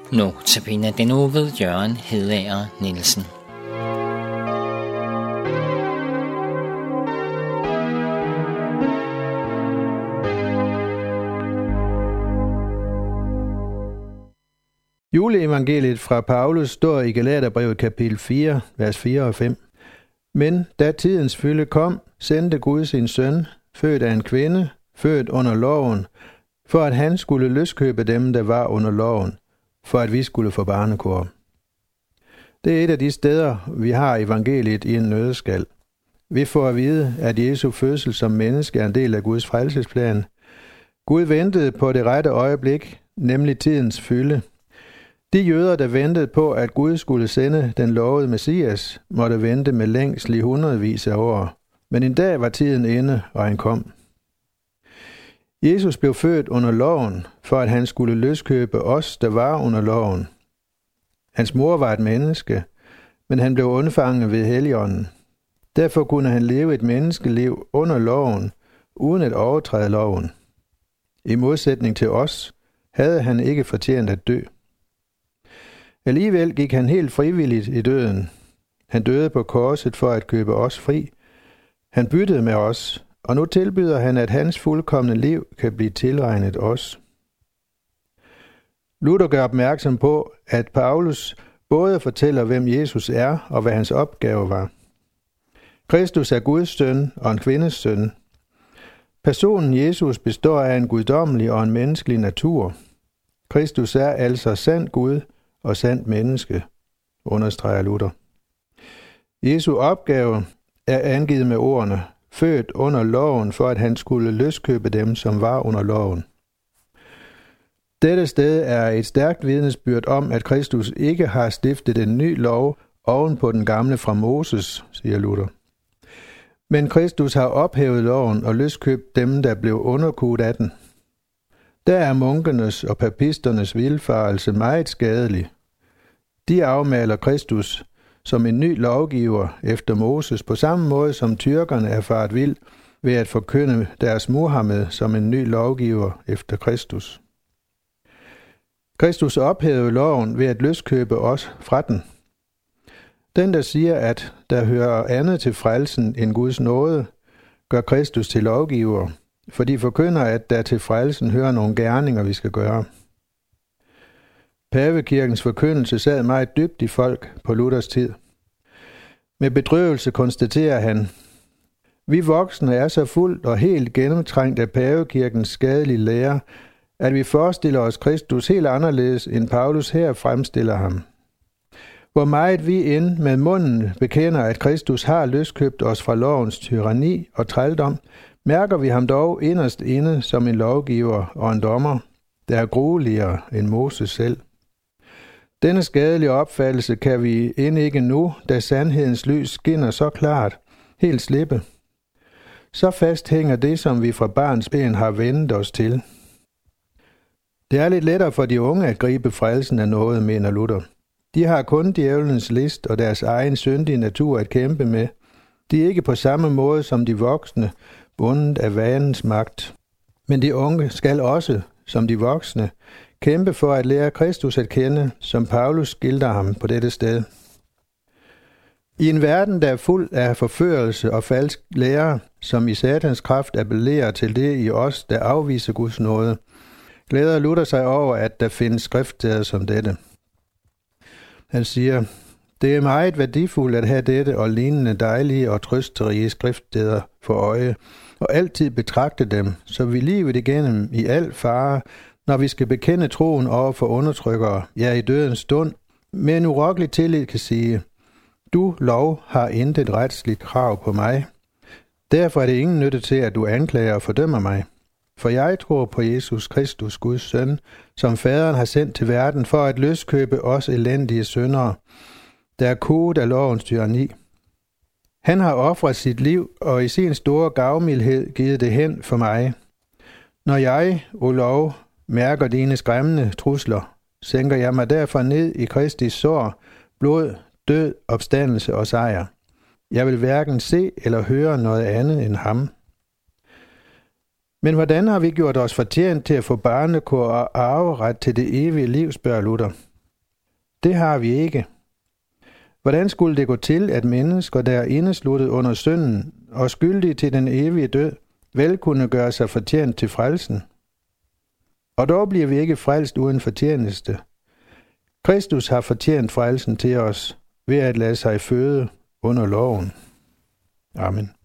Notabene den uge ved Jørgen Hedager Nielsen. Juleevangeliet fra Paulus står i Galaterbrevet kapitel 4, vers 4 og 5. Men da tidens fylde kom, sendte Gud sin søn, født af en kvinde, født under loven, for at han skulle løskøbe dem, der var under loven, for at vi skulle få barnekår. Det er et af de steder, vi har evangeliet i en nøddeskal. Vi får at vide, at Jesu fødsel som menneske er en del af Guds frelsesplan. Gud ventede på det rette øjeblik, nemlig tidens fylde. De jøder, der ventede på, at Gud skulle sende den lovede Messias, måtte vente med længsel i hundredvis af år. Men en dag var tiden inde, og han kom. Jesus blev født under loven, for at han skulle løskøbe os, der var under loven. Hans mor var et menneske, men han blev undfanget ved Helligånden. Derfor kunne han leve et menneskeliv under loven, uden at overtræde loven. I modsætning til os, havde han ikke fortjent at dø. Alligevel gik han helt frivilligt i døden. Han døde på korset for at købe os fri. Han byttede med os, og nu tilbyder han, at hans fuldkomne liv kan blive tilregnet os. Luther gør opmærksom på, at Paulus både fortæller, hvem Jesus er og hvad hans opgave var. Kristus er Guds søn og en kvindes søn. Personen Jesus består af en guddommelig og en menneskelig natur. Kristus er altså sand Gud og sandt menneske, understreger Luther. Jesu opgave er angivet med ordene, født under loven, for at han skulle løskøbe dem, som var under loven. Dette sted er et stærkt vidnesbyrd om, at Kristus ikke har stiftet en ny lov oven på den gamle fra Moses, siger Luther. Men Kristus har ophævet loven og løskøbt dem, der blev underkuet af den. Der er munkenes og papisternes vildfarelse meget skadelig. De afmaler Kristus som en ny lovgiver efter Moses, på samme måde som tyrkerne er faret vild ved at forkynde deres Muhammed som en ny lovgiver efter Kristus. Kristus ophævede loven ved at løskøbe os fra den. Den, der siger, at der hører andet til frelsen end Guds nåde, gør Kristus til lovgiver, for de forkynder, at der til frelsen hører nogle gerninger, vi skal gøre. Pavekirkens forkyndelse sad meget dybt i folk på Luthers tid. Med bedrøvelse konstaterer han, vi voksne er så fuldt og helt gennemtrængt af pavekirkens skadelige lære, at vi forestiller os Kristus helt anderledes, end Paulus her fremstiller ham. Hvor meget vi end med munden bekender, at Kristus har løskøbt os fra lovens tyranni og trældom, mærker vi ham dog inderst inde som en lovgiver og en dommer, der er grueligere end Moses selv. Denne skadelige opfattelse kan vi end ikke nu, da sandhedens lys skinner så klart, helt slippe. Så fast hænger det, som vi fra barns ben har vendt os til. Det er lidt lettere for de unge at gribe frelsen af noget, mener Luther. De har kun djævelens list og deres egen syndige natur at kæmpe med. De er ikke på samme måde som de voksne, bundet af vanens magt. Men de unge skal også, som de voksne, kæmpe for at lære Kristus at kende, som Paulus skildrer ham på dette sted. I en verden, der er fuld af forførelse og falsk lære, som i satans kraft appellerer til det i os, der afviser Guds nåde, glæder Luther sig over, at der findes skriftsteder som dette. Han siger, det er meget værdifuldt at have dette og lignende dejlige og trøsterige skriftsteder for øje, og altid betragte dem, så vi livet igennem i al fare, når vi skal bekende troen over for undertrykkere, ja i dødens stund, med en urokkelig tillid kan sige, du, lov, har intet retsligt krav på mig. Derfor er det ingen nytte til, at du anklager og fordømmer mig. For jeg tror på Jesus Kristus, Guds søn, som faderen har sendt til verden for at løskøbe os elendige syndere, der er kuet af lovens tyranni. Han har ofret sit liv og i sin store gavmildhed givet det hen for mig. Når jeg, o lov, mærker dine skræmmende trusler, sænker jeg mig derfor ned i Kristi sår, blod, død, opstandelse og sejr. Jeg vil hverken se eller høre noget andet end ham. Men hvordan har vi gjort os fortjent til at få barnekår og arveret til det evige liv, spørger Luther. Det har vi ikke. Hvordan skulle det gå til, at mennesker, der er indesluttet under synden og skyldige til den evige død, vel kunne gøre sig fortjent til frelsen? Og dog bliver vi ikke frelst uden fortjeneste. Kristus har fortjent frelsen til os ved at lade sig føde under loven. Amen.